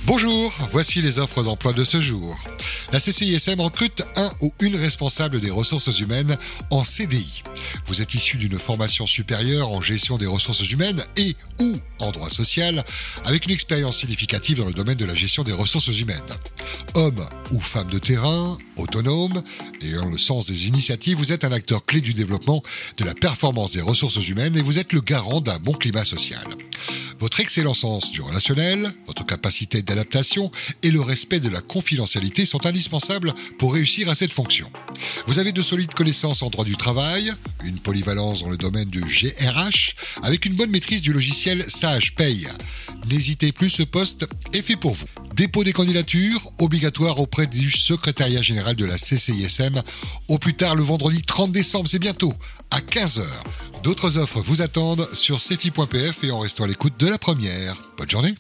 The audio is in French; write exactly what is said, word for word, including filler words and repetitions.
Bonjour, voici les offres d'emploi de ce jour. La C C I S M recrute un ou une responsable des ressources humaines en C D I. Vous êtes issu d'une formation supérieure en gestion des ressources humaines et ou en droit social, avec une expérience significative dans le domaine de la gestion des ressources humaines. Homme ou femme de terrain, autonome, et en le sens des initiatives, vous êtes un acteur clé du développement de la performance des ressources humaines et vous êtes le garant d'un bon climat social. Votre excellence en sens du relationnel, votre capacité d'adaptation et le respect de la confidentialité sont indispensables pour réussir à cette fonction. Vous avez de solides connaissances en droit du travail, une polyvalence dans le domaine du G R H, avec une bonne maîtrise du logiciel Sage Paye. N'hésitez plus, ce poste est fait pour vous. Dépôt des candidatures obligatoire auprès du secrétariat général de la C C I S M au plus tard le vendredi trente décembre, c'est bientôt, à quinze heures. D'autres offres vous attendent sur cefi point p f et en restant à l'écoute de la première. Bonne journée.